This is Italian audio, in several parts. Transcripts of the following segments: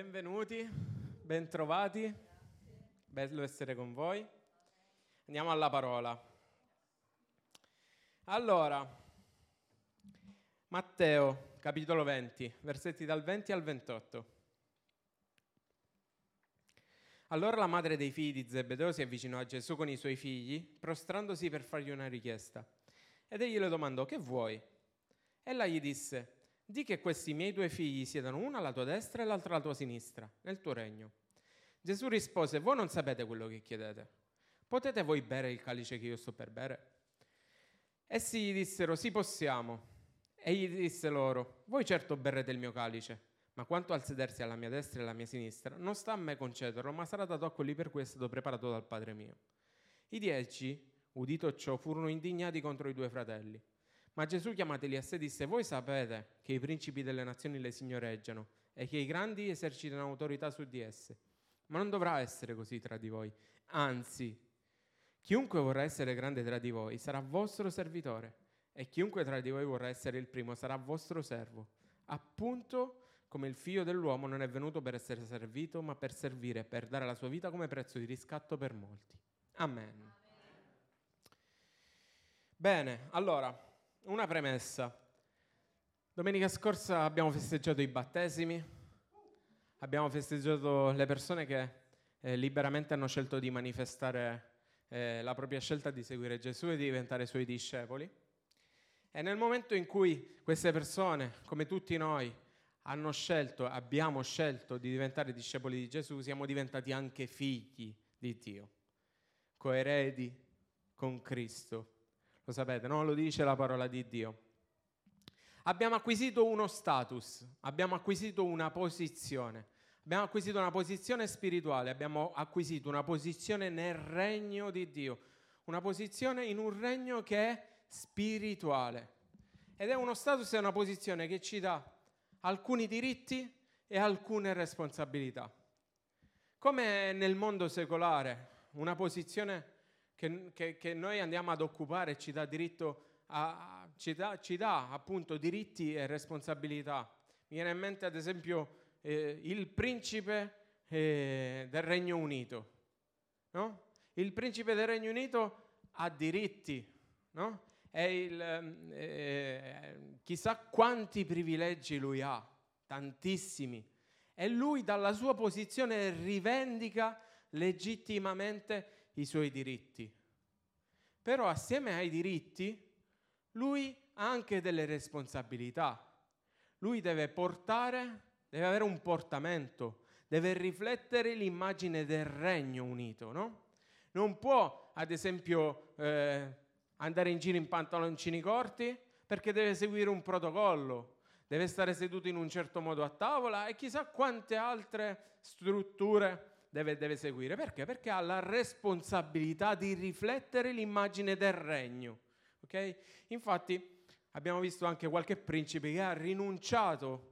Benvenuti, bentrovati, bello essere con voi. Andiamo alla parola. Allora, Matteo, capitolo 20, versetti dal 20 al 28. Allora la madre dei figli di Zebedeo si avvicinò a Gesù con i suoi figli, prostrandosi per fargli una richiesta. Ed egli le domandò: che vuoi? Ella gli disse: di che questi miei due figli siedano uno alla tua destra e l'altro alla tua sinistra, nel tuo regno. Gesù rispose: voi non sapete quello che chiedete. Potete voi bere il calice che io sto per bere? Essi gli dissero: sì, possiamo. Egli disse loro: voi certo berrete il mio calice, ma quanto al sedersi alla mia destra e alla mia sinistra, non sta a me concederlo, ma sarà dato a quelli per cui è stato preparato dal Padre mio. I 10, udito ciò, furono indignati contro i due fratelli. Ma Gesù, chiamateli a sé, disse: voi sapete che i principi delle nazioni le signoreggiano e che i grandi esercitano autorità su di esse. Ma non dovrà essere così tra di voi. Anzi, chiunque vorrà essere grande tra di voi sarà vostro servitore, e chiunque tra di voi vorrà essere il primo sarà vostro servo. Appunto come il Figlio dell'uomo non è venuto per essere servito, ma per servire e per dare la sua vita come prezzo di riscatto per molti. Amen. Bene, allora, una premessa. Domenica scorsa abbiamo festeggiato i battesimi, abbiamo festeggiato le persone che liberamente hanno scelto di manifestare la propria scelta di seguire Gesù e di diventare suoi discepoli. E nel momento in cui queste persone, come tutti noi, abbiamo scelto di diventare discepoli di Gesù, siamo diventati anche figli di Dio, coeredi con Cristo. Lo sapete, no? Lo dice la parola di Dio. Abbiamo acquisito uno status, abbiamo acquisito una posizione spirituale, abbiamo acquisito una posizione nel regno di Dio, una posizione in un regno che è spirituale. Ed è uno status e una posizione che ci dà alcuni diritti e alcune responsabilità. Come nel mondo secolare, una posizione che noi andiamo ad occupare ci dà ci dà appunto diritti e responsabilità. Mi viene in mente ad esempio il principe del Regno Unito, no? Il principe del Regno Unito ha diritti, no? Chissà quanti privilegi lui ha, tantissimi, e lui dalla sua posizione rivendica legittimamente i suoi diritti. Però assieme ai diritti lui ha anche delle responsabilità. Lui deve avere un portamento, deve riflettere l'immagine del Regno Unito, no? Non può, ad esempio, andare in giro in pantaloncini corti, perché deve seguire un protocollo, deve stare seduto in un certo modo a tavola e chissà quante altre strutture deve seguire. Perché? Perché ha la responsabilità di riflettere l'immagine del regno. Okay? Infatti abbiamo visto anche qualche principe che ha rinunciato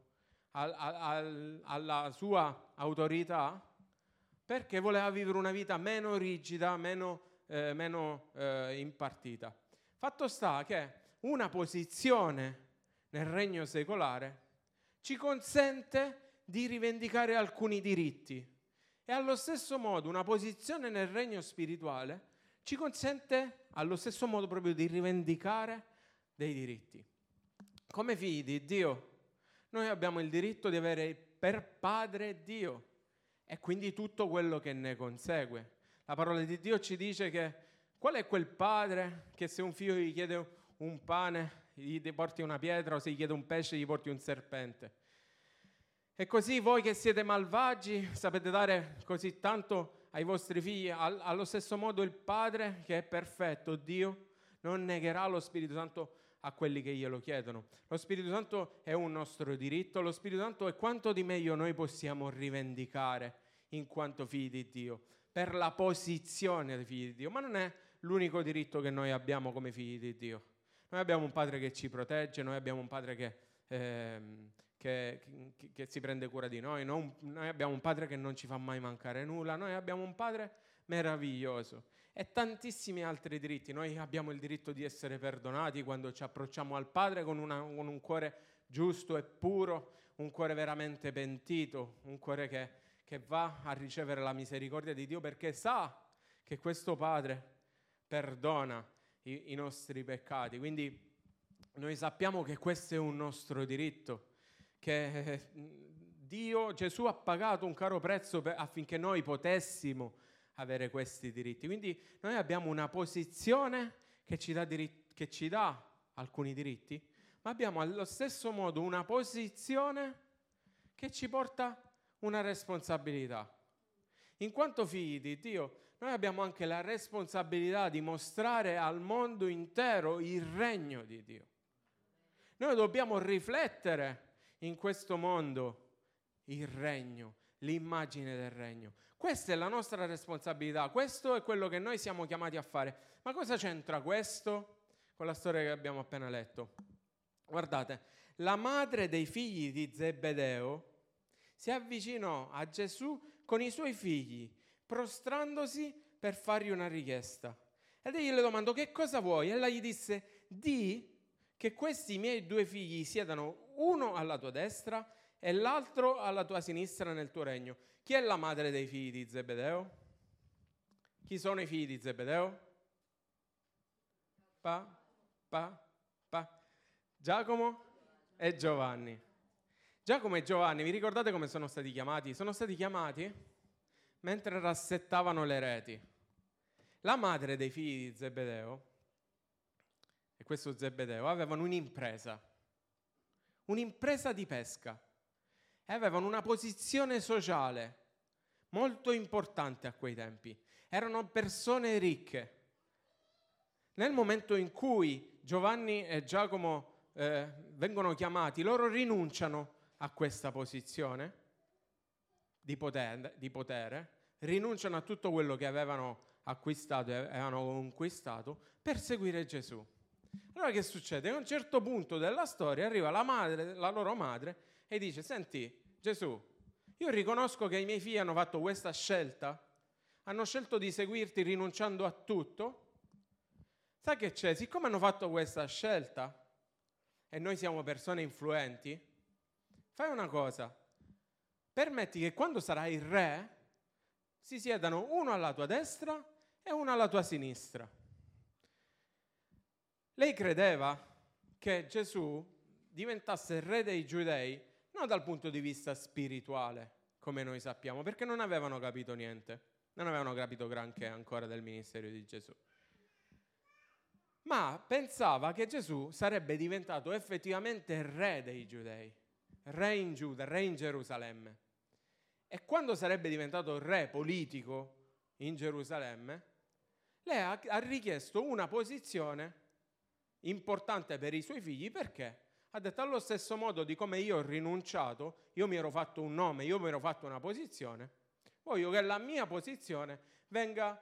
alla sua autorità perché voleva vivere una vita meno rigida, meno impartita. Fatto sta che una posizione nel regno secolare ci consente di rivendicare alcuni diritti e allo stesso modo una posizione nel regno spirituale ci consente allo stesso modo proprio di rivendicare dei diritti. Come figli di Dio noi abbiamo il diritto di avere per padre Dio e quindi tutto quello che ne consegue. La parola di Dio ci dice che qual è quel padre che se un figlio gli chiede un pane gli porti una pietra, o se gli chiede un pesce gli porti un serpente. E così voi che siete malvagi sapete dare così tanto ai vostri figli. Allo stesso modo il Padre, che è perfetto, Dio, non negherà lo Spirito Santo a quelli che glielo chiedono. Lo Spirito Santo è un nostro diritto, lo Spirito Santo è quanto di meglio noi possiamo rivendicare in quanto figli di Dio, per la posizione dei figli di Dio. Ma non è l'unico diritto che noi abbiamo come figli di Dio. Noi abbiamo un Padre che ci protegge, noi abbiamo un Padre che si prende cura di noi, noi abbiamo un Padre che non ci fa mai mancare nulla, noi abbiamo un Padre meraviglioso e tantissimi altri diritti. Noi abbiamo il diritto di essere perdonati quando ci approcciamo al Padre con un cuore giusto e puro, un cuore veramente pentito, un cuore che va a ricevere la misericordia di Dio perché sa che questo Padre perdona i nostri peccati. Quindi noi sappiamo che questo è un nostro diritto, che Gesù ha pagato un caro prezzo affinché noi potessimo avere questi diritti. Quindi noi abbiamo una posizione che ci dà alcuni diritti, ma abbiamo allo stesso modo una posizione che ci porta una responsabilità. In quanto figli di Dio, noi abbiamo anche la responsabilità di mostrare al mondo intero il regno di Dio. Noi dobbiamo riflettere in questo mondo il regno, l'immagine del regno. Questa è la nostra responsabilità, questo è quello che noi siamo chiamati a fare. Ma cosa c'entra questo con la storia che abbiamo appena letto? Guardate, la madre dei figli di Zebedeo si avvicinò a Gesù con i suoi figli, prostrandosi per fargli una richiesta. Ed egli le domandò: che cosa vuoi? Ella gli disse: di che questi miei 2 figli siedano uno alla tua destra e l'altro alla tua sinistra nel tuo regno. Chi è la madre dei figli di Zebedeo? Chi sono i figli di Zebedeo? Giacomo e Giovanni. Giacomo e Giovanni, vi ricordate come sono stati chiamati? Sono stati chiamati mentre rassettavano le reti. La madre dei figli di Zebedeo e questo Zebedeo avevano un'impresa di pesca e avevano una posizione sociale molto importante a quei tempi. Erano persone ricche. Nel momento in cui Giovanni e Giacomo vengono chiamati, loro rinunciano a questa posizione di potere, rinunciano a tutto quello che avevano acquistato e avevano conquistato per seguire Gesù. Allora che succede? A un certo punto della storia arriva la loro madre e dice: senti Gesù, io riconosco che i miei figli hanno fatto questa scelta, hanno scelto di seguirti rinunciando a tutto. Sai che c'è? Siccome hanno fatto questa scelta e noi siamo persone influenti, fai una cosa, permetti che quando sarai il re si siedano uno alla tua destra e uno alla tua sinistra. Lei credeva che Gesù diventasse il re dei Giudei non dal punto di vista spirituale, come noi sappiamo, perché non avevano capito niente, non avevano capito granché ancora del ministero di Gesù, ma pensava che Gesù sarebbe diventato effettivamente re dei Giudei, re in Giuda, re in Gerusalemme. E quando sarebbe diventato re politico in Gerusalemme, lei ha richiesto una posizione importante per i suoi figli, perché ha detto: allo stesso modo di come io ho rinunciato, io mi ero fatto un nome, io mi ero fatto una posizione, voglio che la mia posizione venga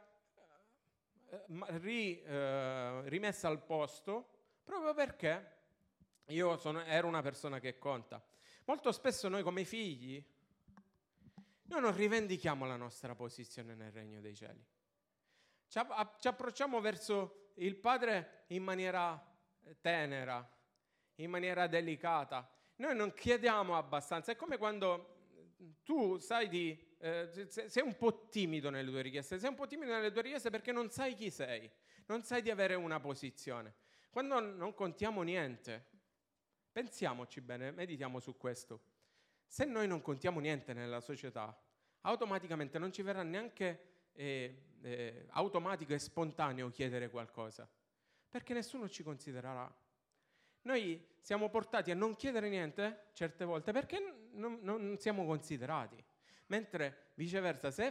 rimessa al posto, proprio perché io ero una persona che conta. Molto spesso noi come figli non rivendichiamo la nostra posizione nel regno dei cieli. Ci approcciamo verso il Padre in maniera tenera, in maniera delicata. Noi non chiediamo abbastanza. È come quando tu sei un po' timido nelle tue richieste. Sei un po' timido nelle tue richieste perché non sai chi sei, non sai di avere una posizione. Quando non contiamo niente, pensiamoci bene, meditiamo su questo. Se noi non contiamo niente nella società, automaticamente non ci verrà neanche automatico e spontaneo chiedere qualcosa, perché nessuno ci considererà. Noi siamo portati a non chiedere niente certe volte perché non siamo considerati, mentre viceversa, se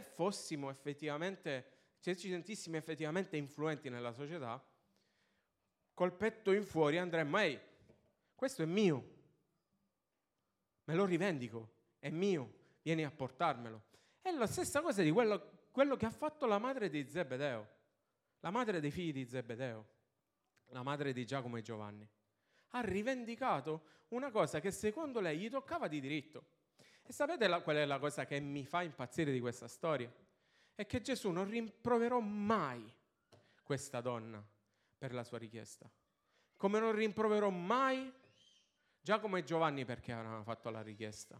ci sentissimo effettivamente influenti nella società, col petto in fuori andremmo: ehi, questo è mio, me lo rivendico, è mio, vieni a portarmelo. È la stessa cosa di quello che ha fatto la madre di Zebedeo, la madre dei figli di Zebedeo, la madre di Giacomo e Giovanni. Ha rivendicato una cosa che secondo lei gli toccava di diritto. E sapete qual è la cosa che mi fa impazzire di questa storia? È che Gesù non rimproverò mai questa donna per la sua richiesta, come non rimproverò mai Giacomo e Giovanni perché avevano fatto la richiesta.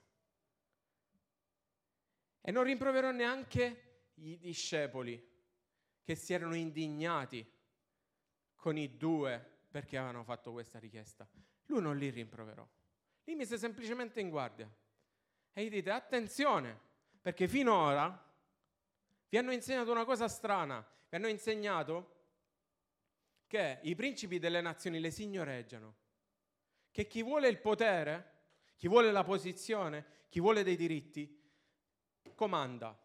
E non rimproverò neanche i discepoli che si erano indignati con i due perché avevano fatto questa richiesta. Lui non li rimproverò, li mise semplicemente in guardia e gli dite: attenzione, perché finora vi hanno insegnato una cosa strana, vi hanno insegnato che i principi delle nazioni le signoreggiano, che chi vuole il potere, chi vuole la posizione, chi vuole dei diritti, comanda.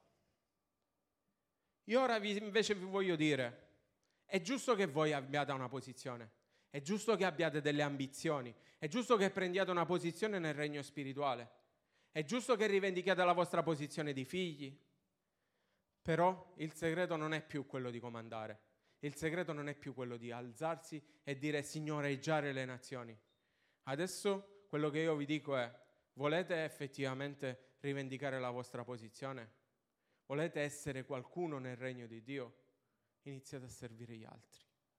Io ora invece vi voglio dire: è giusto che voi abbiate una posizione, è giusto che abbiate delle ambizioni, è giusto che prendiate una posizione nel regno spirituale, è giusto che rivendichiate la vostra posizione di figli, però il segreto non è più quello di comandare, il segreto non è più quello di alzarsi e dire signoreggiare le nazioni. Adesso quello che io vi dico è: volete effettivamente rivendicare la vostra posizione? Volete essere qualcuno nel regno di Dio? Iniziate a servire gli altri.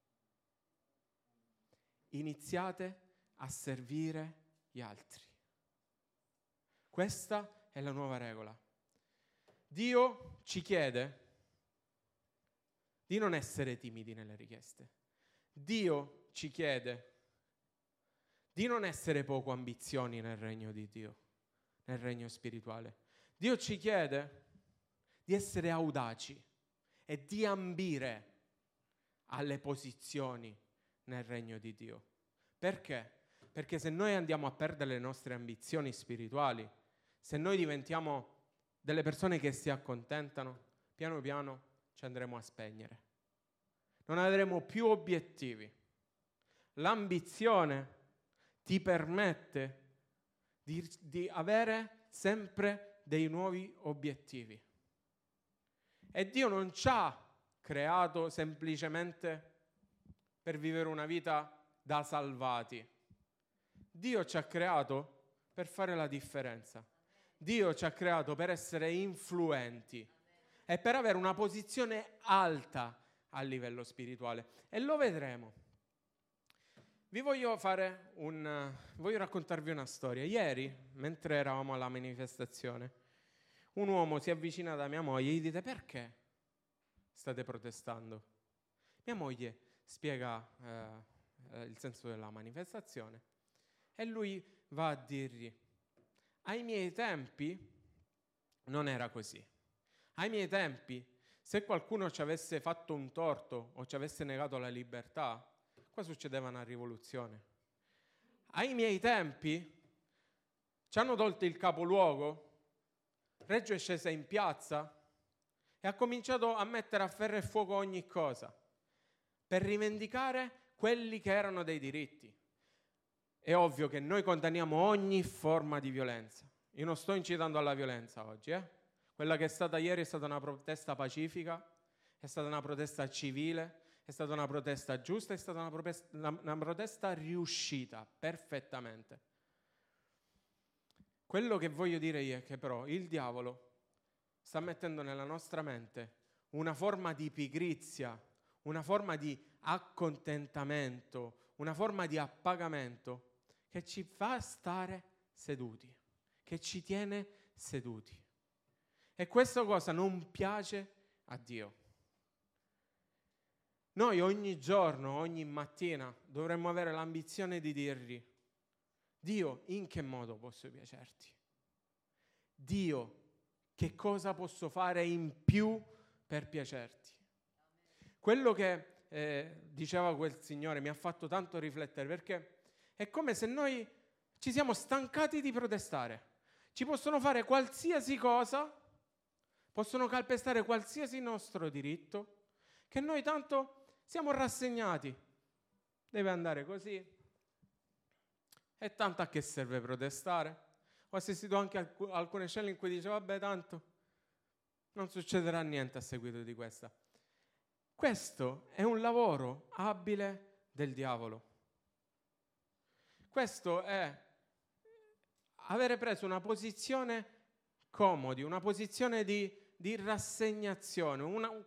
Iniziate a servire gli altri. Questa è la nuova regola. Dio ci chiede di non essere timidi nelle richieste. Dio ci chiede di non essere poco ambizioni nel regno di Dio, nel regno spirituale. Dio ci chiede di essere audaci e di ambire alle posizioni nel regno di Dio. Perché? Perché se noi andiamo a perdere le nostre ambizioni spirituali, se noi diventiamo delle persone che si accontentano, piano piano ci andremo a spegnere. Non avremo più obiettivi. L'ambizione ti permette di avere sempre dei nuovi obiettivi. E Dio non ci ha creato semplicemente per vivere una vita da salvati. Dio ci ha creato per fare la differenza. Dio ci ha creato per essere influenti e per avere una posizione alta a livello spirituale. E lo vedremo. Voglio raccontarvi una storia. Ieri, mentre eravamo alla manifestazione, un uomo si avvicina da mia moglie e gli dice: perché state protestando? Mia moglie spiega il senso della manifestazione e lui va a dirgli: ai miei tempi non era così. Ai miei tempi, se qualcuno ci avesse fatto un torto o ci avesse negato la libertà, qua succedeva una rivoluzione. Ai miei tempi ci hanno tolto il capoluogo, Reggio è scesa in piazza e ha cominciato a mettere a ferro e fuoco ogni cosa per rivendicare quelli che erano dei diritti. È ovvio che noi condanniamo ogni forma di violenza. Io non sto incitando alla violenza oggi, Quella che è stata ieri è stata una protesta pacifica, è stata una protesta civile, è stata una protesta giusta, è stata una protesta riuscita perfettamente. Quello che voglio dire io è che però il diavolo sta mettendo nella nostra mente una forma di pigrizia, una forma di accontentamento, una forma di appagamento che ci fa stare seduti, che ci tiene seduti. E questa cosa non piace a Dio. Noi ogni giorno, ogni mattina dovremmo avere l'ambizione di dirgli: Dio, in che modo posso piacerti? Dio, che cosa posso fare in più per piacerti? Quello che diceva quel signore mi ha fatto tanto riflettere, perché è come se noi ci siamo stancati di protestare. Ci possono fare qualsiasi cosa, possono calpestare qualsiasi nostro diritto, che noi tanto siamo rassegnati. Deve andare così. E tanto a che serve protestare? Ho assistito anche a alcune scene in cui dice: vabbè, tanto non succederà niente a seguito di questa. Questo è un lavoro abile del diavolo. Questo è avere preso una posizione comodi, una posizione di rassegnazione, un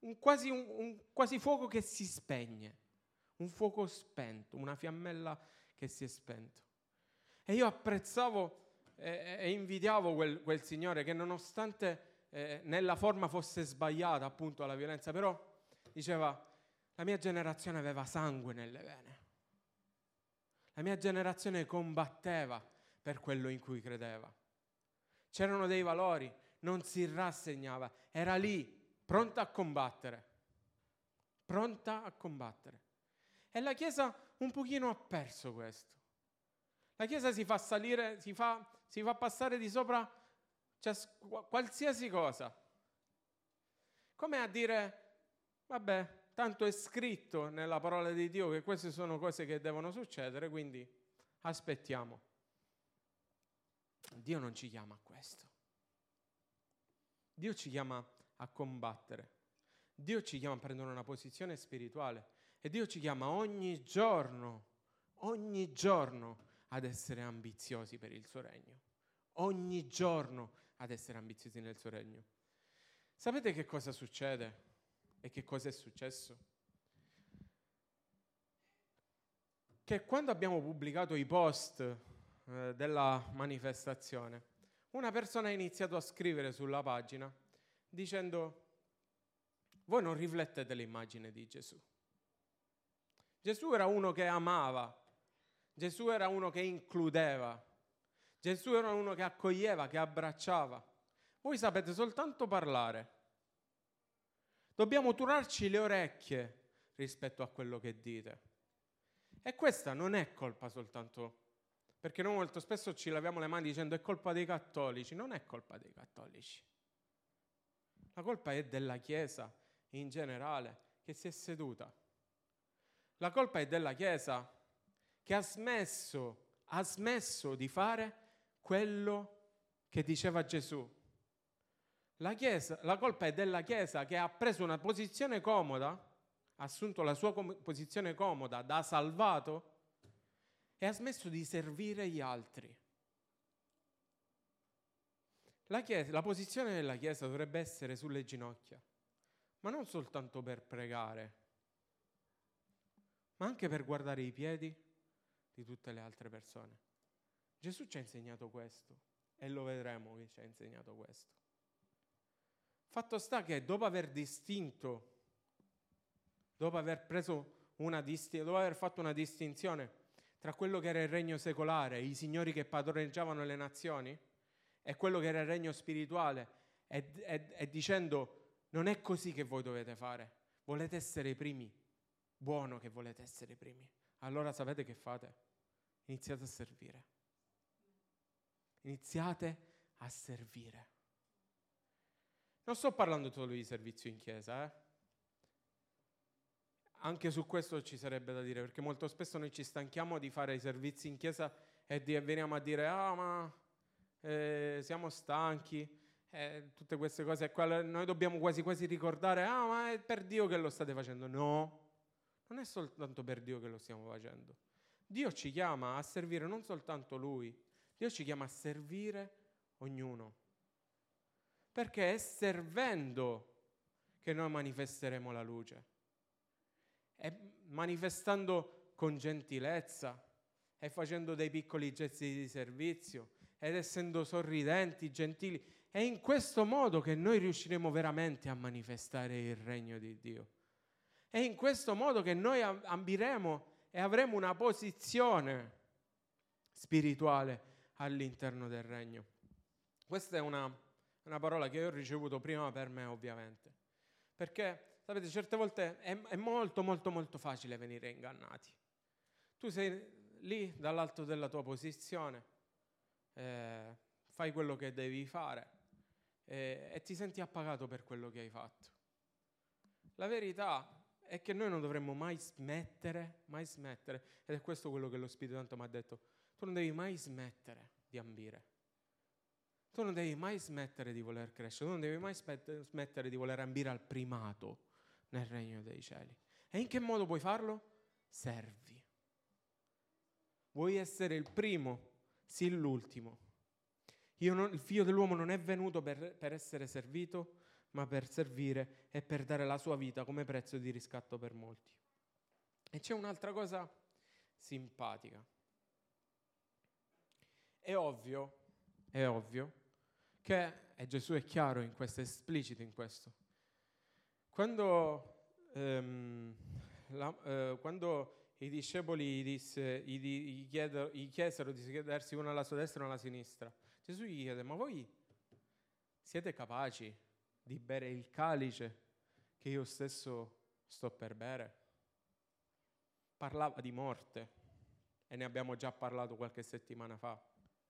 quasi fuoco che si spegne, un fuoco spento, una fiammella che si è spento. E io apprezzavo e invidiavo quel signore che, nonostante nella forma fosse sbagliata appunto la violenza, però diceva: la mia generazione aveva sangue nelle vene, la mia generazione combatteva per quello in cui credeva, c'erano dei valori, non si rassegnava, era lì pronta a combattere, pronta a combattere. E la Chiesa un pochino ha perso questo. La Chiesa si fa salire, si fa passare di sopra qualsiasi cosa, come a dire: vabbè, tanto è scritto nella parola di Dio che queste sono cose che devono succedere, quindi aspettiamo. Dio non ci chiama a questo. Dio ci chiama a combattere. Dio ci chiama a prendere una posizione spirituale e Dio ci chiama ogni giorno ad essere ambiziosi per il suo regno. Ogni giorno ad essere ambiziosi nel suo regno. Sapete che cosa succede e che cosa è successo? Che quando abbiamo pubblicato i post della manifestazione, una persona ha iniziato a scrivere sulla pagina dicendo: voi non riflettete l'immagine di Gesù. Gesù era uno che amava, Gesù era uno che includeva, Gesù era uno che accoglieva, che abbracciava. Voi sapete soltanto parlare. Dobbiamo turarci le orecchie rispetto a quello che dite. E questa non è colpa soltanto, perché noi molto spesso ci laviamo le mani dicendo è colpa dei cattolici. Non è colpa dei cattolici. La colpa è della Chiesa in generale, che si è seduta. La colpa è della Chiesa che ha smesso di fare quello che diceva Gesù. La colpa è della Chiesa che ha preso una posizione comoda, ha assunto la sua posizione comoda da salvato e ha smesso di servire gli altri. La posizione della Chiesa dovrebbe essere sulle ginocchia, ma non soltanto per pregare, ma anche per guardare i piedi di tutte le altre persone. Gesù ci ha insegnato questo e lo vedremo che ci ha insegnato questo. Fatto sta che dopo aver fatto una distinzione tra quello che era il regno secolare, i signori che padroneggiavano le nazioni, e quello che era il regno spirituale, e dicendo: non è così che voi dovete fare, volete essere i primi, buono che volete essere i primi, allora sapete che fate? Iniziate a servire. Iniziate a servire. Non sto parlando solo di servizio in chiesa, Anche su questo ci sarebbe da dire, perché molto spesso noi ci stanchiamo di fare i servizi in chiesa e veniamo a dire: siamo stanchi, tutte queste cose. Noi dobbiamo quasi quasi ricordare: ma è per Dio che lo state facendo. No, non è soltanto per Dio che lo stiamo facendo. Dio ci chiama a servire non soltanto Lui, Dio ci chiama a servire ognuno. Perché è servendo che noi manifesteremo la luce. È manifestando con gentilezza, e facendo dei piccoli gesti di servizio, ed essendo sorridenti, gentili. È in questo modo che noi riusciremo veramente a manifestare il regno di Dio. È in questo modo che noi ambiremo e avremo una posizione spirituale all'interno del regno. Questa è una parola che io ho ricevuto prima per me, ovviamente, perché sapete, certe volte è molto molto molto facile venire ingannati. Tu sei lì dall'alto della tua posizione, fai quello che devi fare e ti senti appagato per quello che hai fatto. La verità è che noi non dovremmo mai smettere, ed è questo quello che lo Spirito Santo mi ha detto: tu non devi mai smettere di ambire. Tu non devi mai smettere di voler crescere, tu non devi mai smettere di voler ambire al primato nel regno dei cieli. E in che modo puoi farlo? Servi. Vuoi essere il primo? Sii l'ultimo. Il figlio dell'uomo non è venuto per essere servito, ma per servire e per dare la sua vita come prezzo di riscatto per molti. E c'è un'altra cosa simpatica. È ovvio che, e Gesù è chiaro in questo, è esplicito in questo, quando i discepoli gli chiesero di sedersi uno alla sua destra e uno alla sinistra, Gesù gli chiede: ma voi siete capaci di bere il calice che io stesso sto per bere? Parlava di morte e ne abbiamo già parlato qualche settimana fa.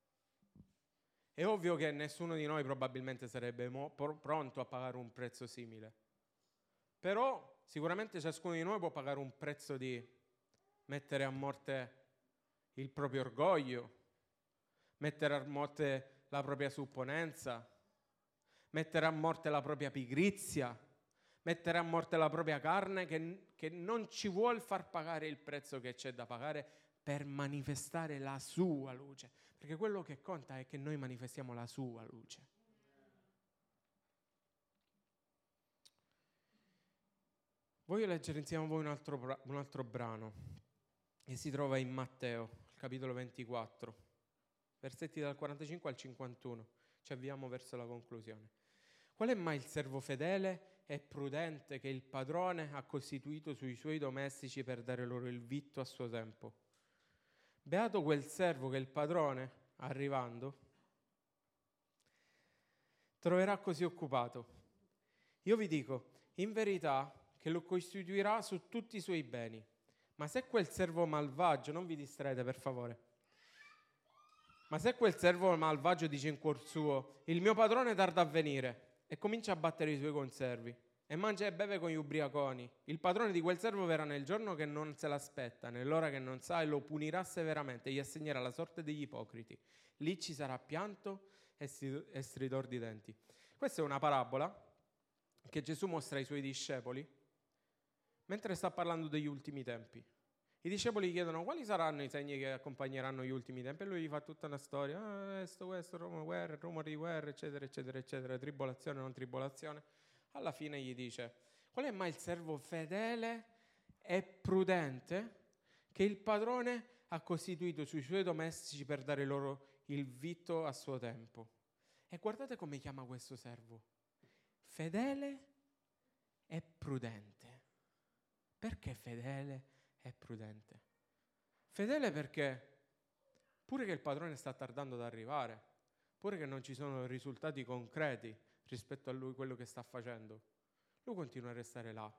È ovvio che nessuno di noi probabilmente sarebbe pronto a pagare un prezzo simile, però sicuramente ciascuno di noi può pagare un prezzo di mettere a morte il proprio orgoglio, mettere a morte la propria supponenza, mettere a morte la propria pigrizia, mettere a morte la propria carne che non ci vuol far pagare il prezzo che c'è da pagare per manifestare la sua luce, perché quello che conta è che noi manifestiamo la sua luce. Voglio leggere insieme a voi un altro brano che si trova in Matteo, capitolo 24, versetti dal 45 al 51. Ci avviamo verso la conclusione. Qual è mai il servo fedele e prudente che il padrone ha costituito sui suoi domestici per dare loro il vitto a suo tempo? Beato quel servo che il padrone, arrivando, troverà così occupato. Io vi dico, in verità, che lo costituirà su tutti i suoi beni. Ma se quel servo malvagio, non vi distraete per favore, ma se quel servo malvagio dice in cuor suo: il mio padrone tarda a venire, e comincia a battere i suoi conservi, e mangia e beve con gli ubriaconi, il padrone di quel servo verrà nel giorno che non se l'aspetta, nell'ora che non sa, e lo punirà severamente, e gli assegnerà la sorte degli ipocriti. Lì ci sarà pianto e stridor di denti. Questa è una parabola che Gesù mostra ai suoi discepoli mentre sta parlando degli ultimi tempi. I discepoli chiedono: quali saranno i segni che accompagneranno gli ultimi tempi? E lui gli fa tutta una storia: questo, rumori di guerra, eccetera, eccetera, eccetera, tribolazione, non tribolazione. Alla fine gli dice: qual è mai il servo fedele e prudente che il padrone ha costituito sui suoi domestici per dare loro il vitto a suo tempo? E guardate come chiama questo servo: fedele e prudente. Perché fedele e prudente? Fedele perché pure che il padrone sta tardando ad arrivare, pure che non ci sono risultati concreti rispetto a lui, quello che sta facendo, lui continua a restare là.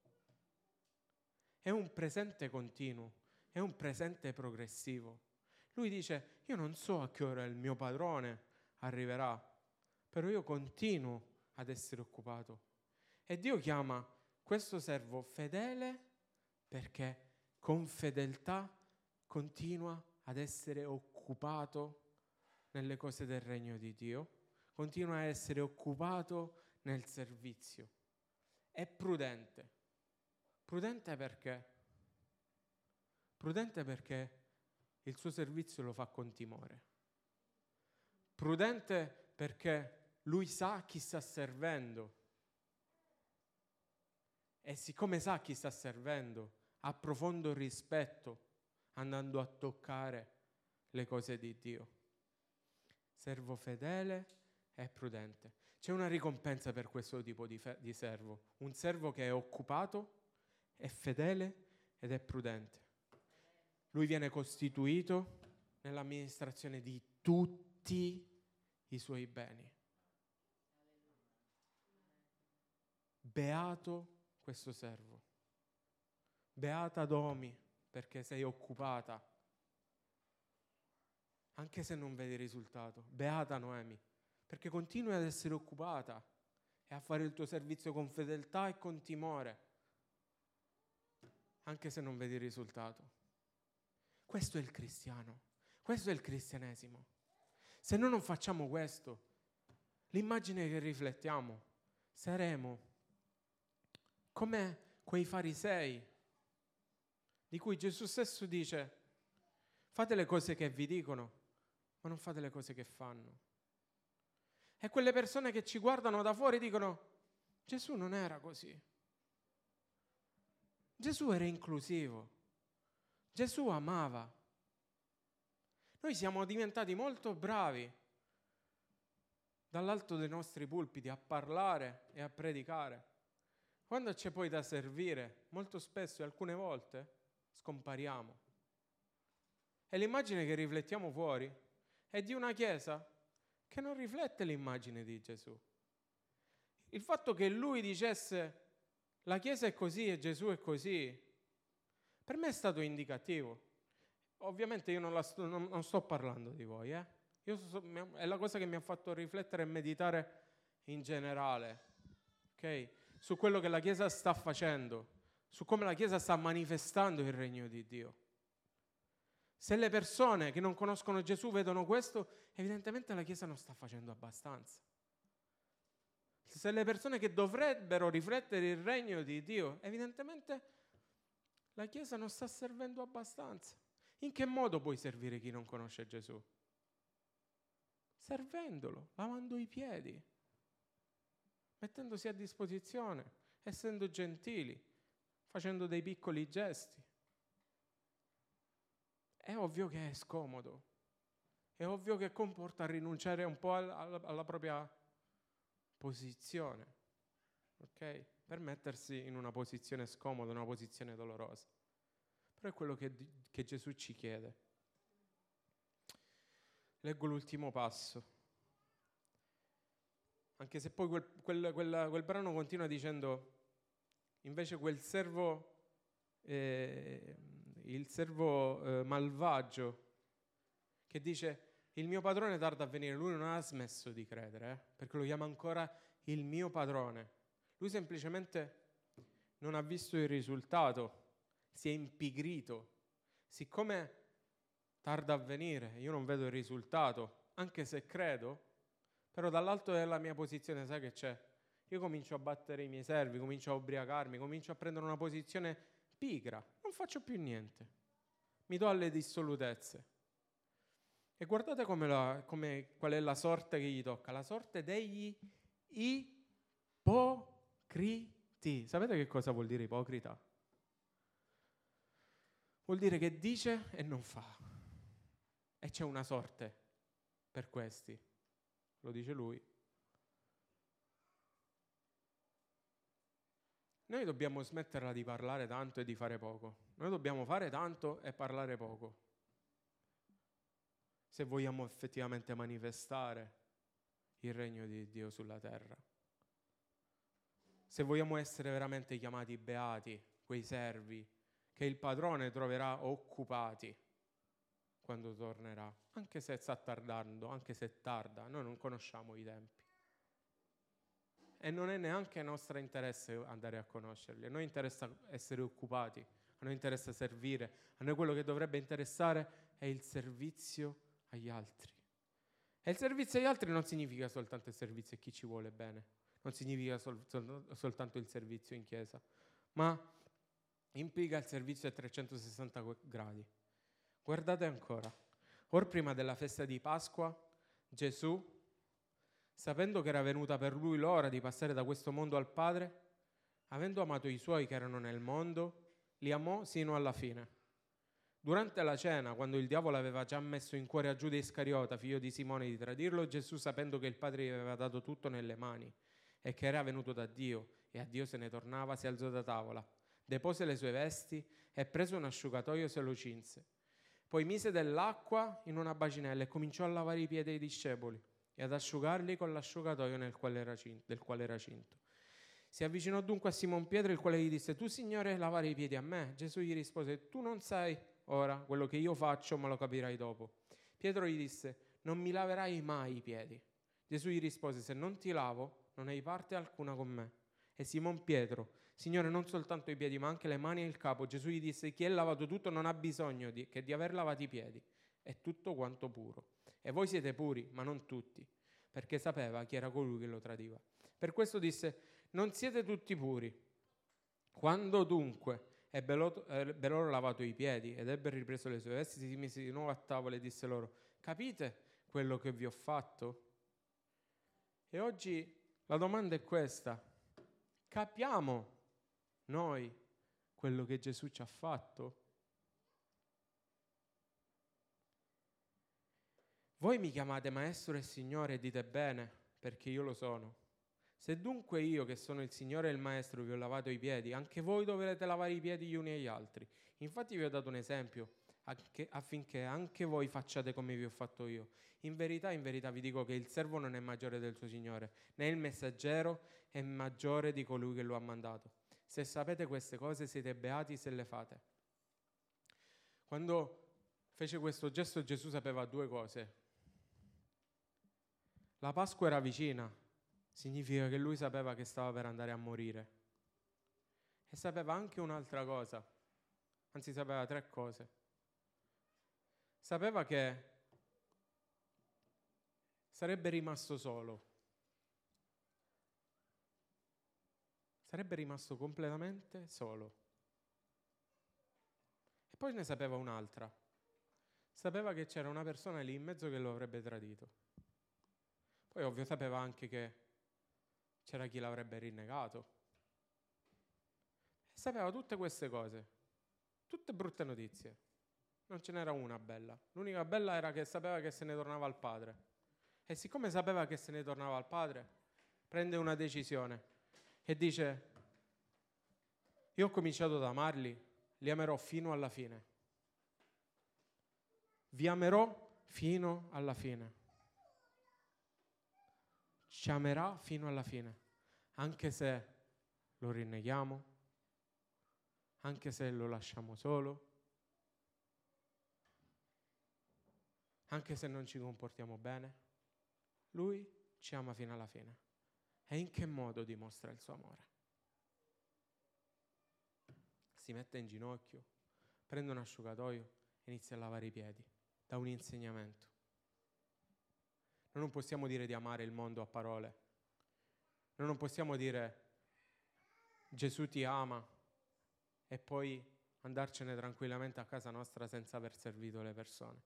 È un presente continuo, è un presente progressivo. Lui dice: io non so a che ora il mio padrone arriverà, però io continuo ad essere occupato. E Dio chiama questo servo fedele perché con fedeltà continua ad essere occupato nelle cose del regno di Dio, continua a essere occupato nel servizio. È prudente. Prudente perché? Prudente perché il suo servizio lo fa con timore. Prudente perché lui sa chi sta servendo. E siccome sa chi sta servendo, ha profondo rispetto andando a toccare le cose di Dio. Servo fedele e prudente. C'è una ricompensa per questo tipo di servo. Un servo che è occupato, è fedele ed è prudente. Lui viene costituito nell'amministrazione di tutti i suoi beni. Beato questo servo. Beata Domi, perché sei occupata, anche se non vedi risultato. Beata Noemi, perché continui ad essere occupata e a fare il tuo servizio con fedeltà e con timore, anche se non vedi risultato. Questo è il cristiano, questo è il cristianesimo. Se noi non facciamo questo, l'immagine che riflettiamo, saremo come quei farisei di cui Gesù stesso dice: fate le cose che vi dicono, ma non fate le cose che fanno. E quelle persone che ci guardano da fuori dicono: Gesù non era così. Gesù era inclusivo. Gesù amava. Noi siamo diventati molto bravi dall'alto dei nostri pulpiti a parlare e a predicare. Quando c'è poi da servire, molto spesso e alcune volte scompariamo. E l'immagine che riflettiamo fuori è di una chiesa che non riflette l'immagine di Gesù. Il fatto che lui dicesse la chiesa è così e Gesù è così, per me è stato indicativo. Ovviamente io non sto parlando di voi, è la cosa che mi ha fatto riflettere e meditare in generale, ok? Su quello che la Chiesa sta facendo, su come la Chiesa sta manifestando il regno di Dio. Se le persone che non conoscono Gesù vedono questo, evidentemente la Chiesa non sta facendo abbastanza. Se le persone che dovrebbero riflettere il regno di Dio, evidentemente la Chiesa non sta servendo abbastanza. In che modo puoi servire chi non conosce Gesù? Servendolo, lavando i piedi, mettendosi a disposizione, essendo gentili, facendo dei piccoli gesti. È ovvio che è scomodo, è ovvio che comporta rinunciare un po' alla propria posizione, ok? Per mettersi in una posizione scomoda, una posizione dolorosa. Però è quello che Gesù ci chiede. Leggo l'ultimo passo. Anche se poi quel brano continua dicendo, invece quel servo, il servo malvagio, che dice, il mio padrone tarda a venire, lui non ha smesso di credere, perché lo chiama ancora il mio padrone. Lui semplicemente non ha visto il risultato, si è impigrito. Siccome tarda a venire, io non vedo il risultato, anche se credo, però dall'alto della mia posizione, sai che c'è? Io comincio a battere i miei servi, comincio a ubriacarmi, comincio a prendere una posizione pigra, non faccio più niente, mi do alle dissolutezze. E guardate qual è la sorte che gli tocca, la sorte degli ipocriti. Sapete che cosa vuol dire ipocrita? Vuol dire che dice e non fa. E c'è una sorte per questi. Lo dice lui. Noi dobbiamo smetterla di parlare tanto e di fare poco. Noi dobbiamo fare tanto e parlare poco. Se vogliamo effettivamente manifestare il regno di Dio sulla terra. Se vogliamo essere veramente chiamati beati, quei servi, che il padrone troverà occupati quando tornerà, anche se sta tardando, anche se tarda, noi non conosciamo i tempi. E non è neanche nostro interesse andare a conoscerli, a noi interessa essere occupati, a noi interessa servire, a noi quello che dovrebbe interessare è il servizio agli altri. E il servizio agli altri non significa soltanto il servizio a chi ci vuole bene, non significa soltanto il servizio in chiesa, ma implica il servizio a 360 gradi. Guardate ancora, or prima della festa di Pasqua, Gesù, sapendo che era venuta per lui l'ora di passare da questo mondo al Padre, avendo amato i suoi che erano nel mondo, li amò sino alla fine. Durante la cena, quando il diavolo aveva già messo in cuore a Giuda Iscariota, figlio di Simone, di tradirlo, Gesù, sapendo che il Padre gli aveva dato tutto nelle mani e che era venuto da Dio e a Dio se ne tornava, si alzò da tavola, depose le sue vesti e preso un asciugatoio se lo cinse. Poi mise dell'acqua in una bacinella e cominciò a lavare i piedi ai discepoli e ad asciugarli con l'asciugatoio del quale era cinto. Si avvicinò dunque a Simon Pietro, il quale gli disse: tu, Signore, lavare i piedi a me? Gesù gli rispose: tu non sai ora quello che io faccio, ma lo capirai dopo. Pietro gli disse: non mi laverai mai i piedi. Gesù gli rispose: se non ti lavo, non hai parte alcuna con me. E Simon Pietro: Signore, non soltanto i piedi, ma anche le mani e il capo. Gesù gli disse: chi è lavato tutto non ha bisogno che di aver lavati i piedi, è tutto quanto puro. E voi siete puri, ma non tutti, perché sapeva chi era colui che lo tradiva. Per questo disse: non siete tutti puri. Quando dunque ebbe loro lavato i piedi ed ebbe ripreso le sue vesti, si mise di nuovo a tavola e disse loro: capite quello che vi ho fatto? E oggi la domanda è questa: capiamo noi quello che Gesù ci ha fatto? Voi mi chiamate Maestro e Signore e dite bene, perché io lo sono. Se dunque io, che sono il Signore e il Maestro, vi ho lavato i piedi, anche voi dovrete lavare i piedi gli uni agli altri. Infatti vi ho dato un esempio, affinché anche voi facciate come vi ho fatto io. In verità vi dico che il servo non è maggiore del suo Signore, né il messaggero è maggiore di colui che lo ha mandato. Se sapete queste cose, siete beati se le fate. Quando fece questo gesto, Gesù sapeva due cose. La Pasqua era vicina, significa che lui sapeva che stava per andare a morire. E sapeva anche un'altra cosa, anzi sapeva tre cose. Sapeva che sarebbe rimasto solo. Sarebbe rimasto completamente solo. E poi ne sapeva un'altra. Sapeva che c'era una persona lì in mezzo che lo avrebbe tradito. Poi ovvio sapeva anche che c'era chi l'avrebbe rinnegato. E sapeva tutte queste cose, tutte brutte notizie. Non ce n'era una bella. L'unica bella era che sapeva che se ne tornava al Padre. E siccome sapeva che se ne tornava al Padre, prende una decisione e dice: io ho cominciato ad amarli, li amerò fino alla fine. Vi amerò fino alla fine. Ci amerà fino alla fine, anche se lo rinneghiamo, anche se lo lasciamo solo, anche se non ci comportiamo bene. Lui ci ama fino alla fine. E in che modo dimostra il suo amore? Si mette in ginocchio, prende un asciugatoio e inizia a lavare i piedi, da un insegnamento. Noi non possiamo dire di amare il mondo a parole. Noi non possiamo dire Gesù ti ama e poi andarcene tranquillamente a casa nostra senza aver servito le persone.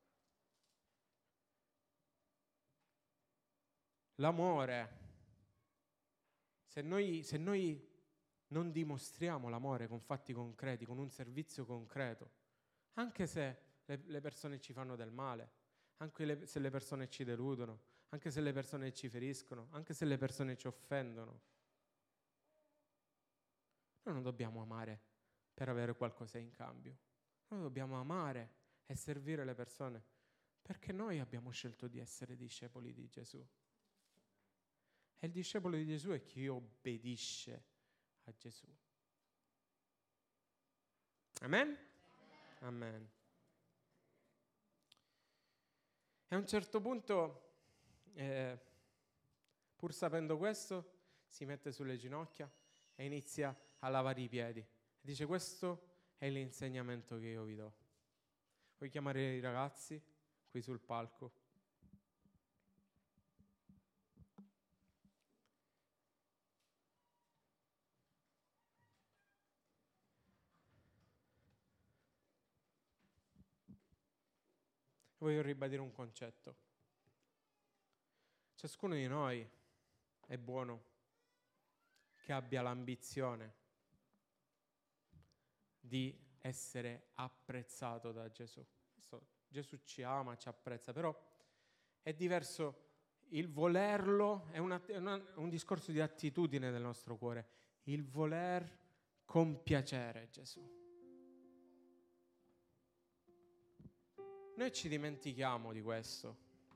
L'amore, se noi non dimostriamo l'amore con fatti concreti, con un servizio concreto, anche se le persone ci fanno del male, anche se le persone ci deludono, anche se le persone ci feriscono, anche se le persone ci offendono, noi non dobbiamo amare per avere qualcosa in cambio. Noi dobbiamo amare e servire le persone perché noi abbiamo scelto di essere discepoli di Gesù. E il discepolo di Gesù è chi obbedisce a Gesù. Amen? Amen. E a un certo punto, pur sapendo questo, si mette sulle ginocchia e inizia a lavare i piedi. Dice: questo è l'insegnamento che io vi do. Vuoi chiamare i ragazzi qui sul palco? Voglio ribadire un concetto. Ciascuno di noi è buono che abbia l'ambizione di essere apprezzato da Gesù. Gesù ci ama, ci apprezza, però è diverso il volerlo, è un discorso di attitudine del nostro cuore, il voler compiacere Gesù. Noi ci dimentichiamo di questo.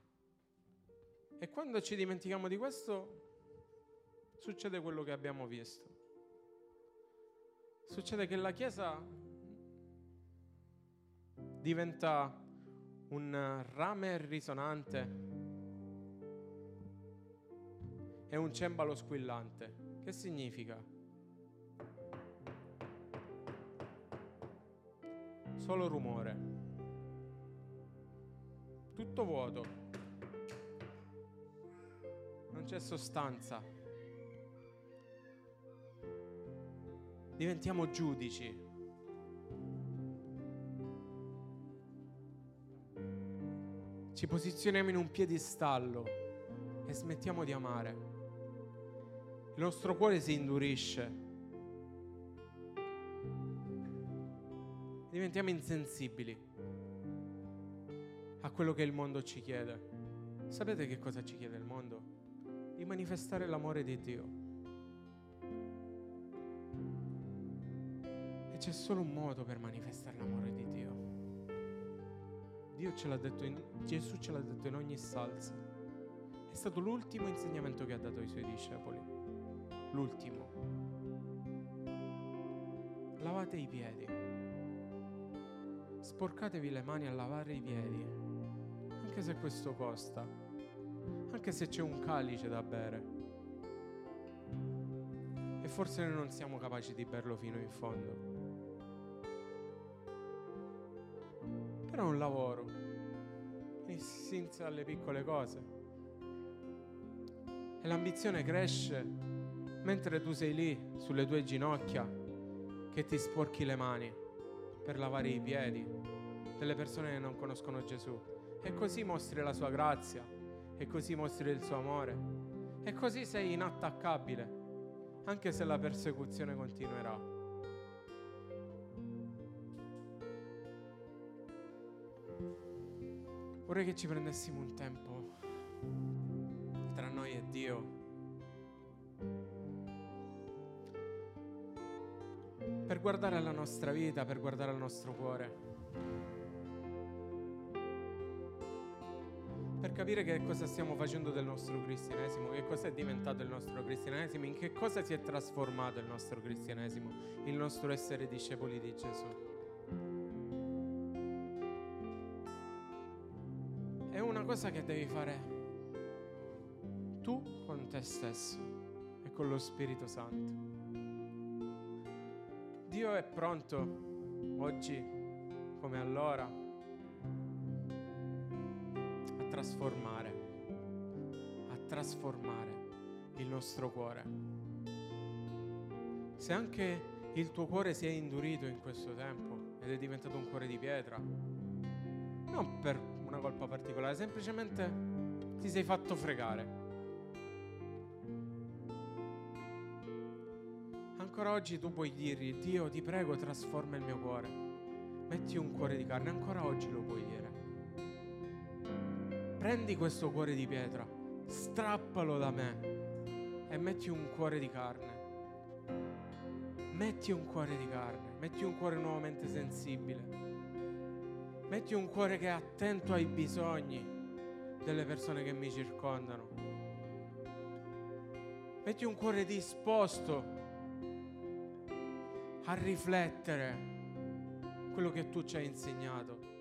E quando ci dimentichiamo di questo, succede quello che abbiamo visto. Succede che la Chiesa diventa un rame risonante e un cembalo squillante. Che significa? Solo rumore. Tutto vuoto, non c'è sostanza. Diventiamo giudici. Ci posizioniamo in un piedistallo e smettiamo di amare. Il nostro cuore si indurisce. Diventiamo insensibili a quello che il mondo ci chiede. Sapete che cosa ci chiede il mondo? Di manifestare l'amore di Dio. E c'è solo un modo per manifestare l'amore di Dio. Dio ce l'ha detto, Gesù ce l'ha detto in ogni salsa. È stato l'ultimo insegnamento che ha dato ai suoi discepoli. L'ultimo. Lavate i piedi. Sporcatevi le mani a lavare i piedi. Anche se questo costa. Anche se c'è un calice da bere. E forse noi non siamo capaci di berlo fino in fondo. Però è un lavoro e si inizia dalle piccole cose e l'ambizione cresce mentre tu sei lì sulle tue ginocchia che ti sporchi le mani per lavare i piedi delle persone che non conoscono Gesù, e così mostri la sua grazia, e così mostri il suo amore, e così sei inattaccabile anche se la persecuzione continuerà. Vorrei che ci prendessimo un tempo tra noi e Dio per guardare alla nostra vita, per guardare al nostro cuore, per capire che cosa stiamo facendo del nostro cristianesimo, che cosa è diventato il nostro cristianesimo, in che cosa si è trasformato il nostro cristianesimo, il nostro essere discepoli di Gesù. È una cosa che devi fare tu con te stesso e con lo Spirito Santo. Dio è pronto oggi come allora a trasformare il nostro cuore. Se anche il tuo cuore si è indurito in questo tempo ed è diventato un cuore di pietra, non per una colpa particolare, semplicemente ti sei fatto fregare. Ancora oggi tu puoi dirgli: Dio, ti prego, trasforma il mio cuore, metti un cuore di carne. Ancora oggi lo puoi dire. Prendi questo cuore di pietra, strappalo da me e metti un cuore di carne. Metti un cuore di carne, metti un cuore nuovamente sensibile. Metti un cuore che è attento ai bisogni delle persone che mi circondano. Metti un cuore disposto a riflettere quello che tu ci hai insegnato.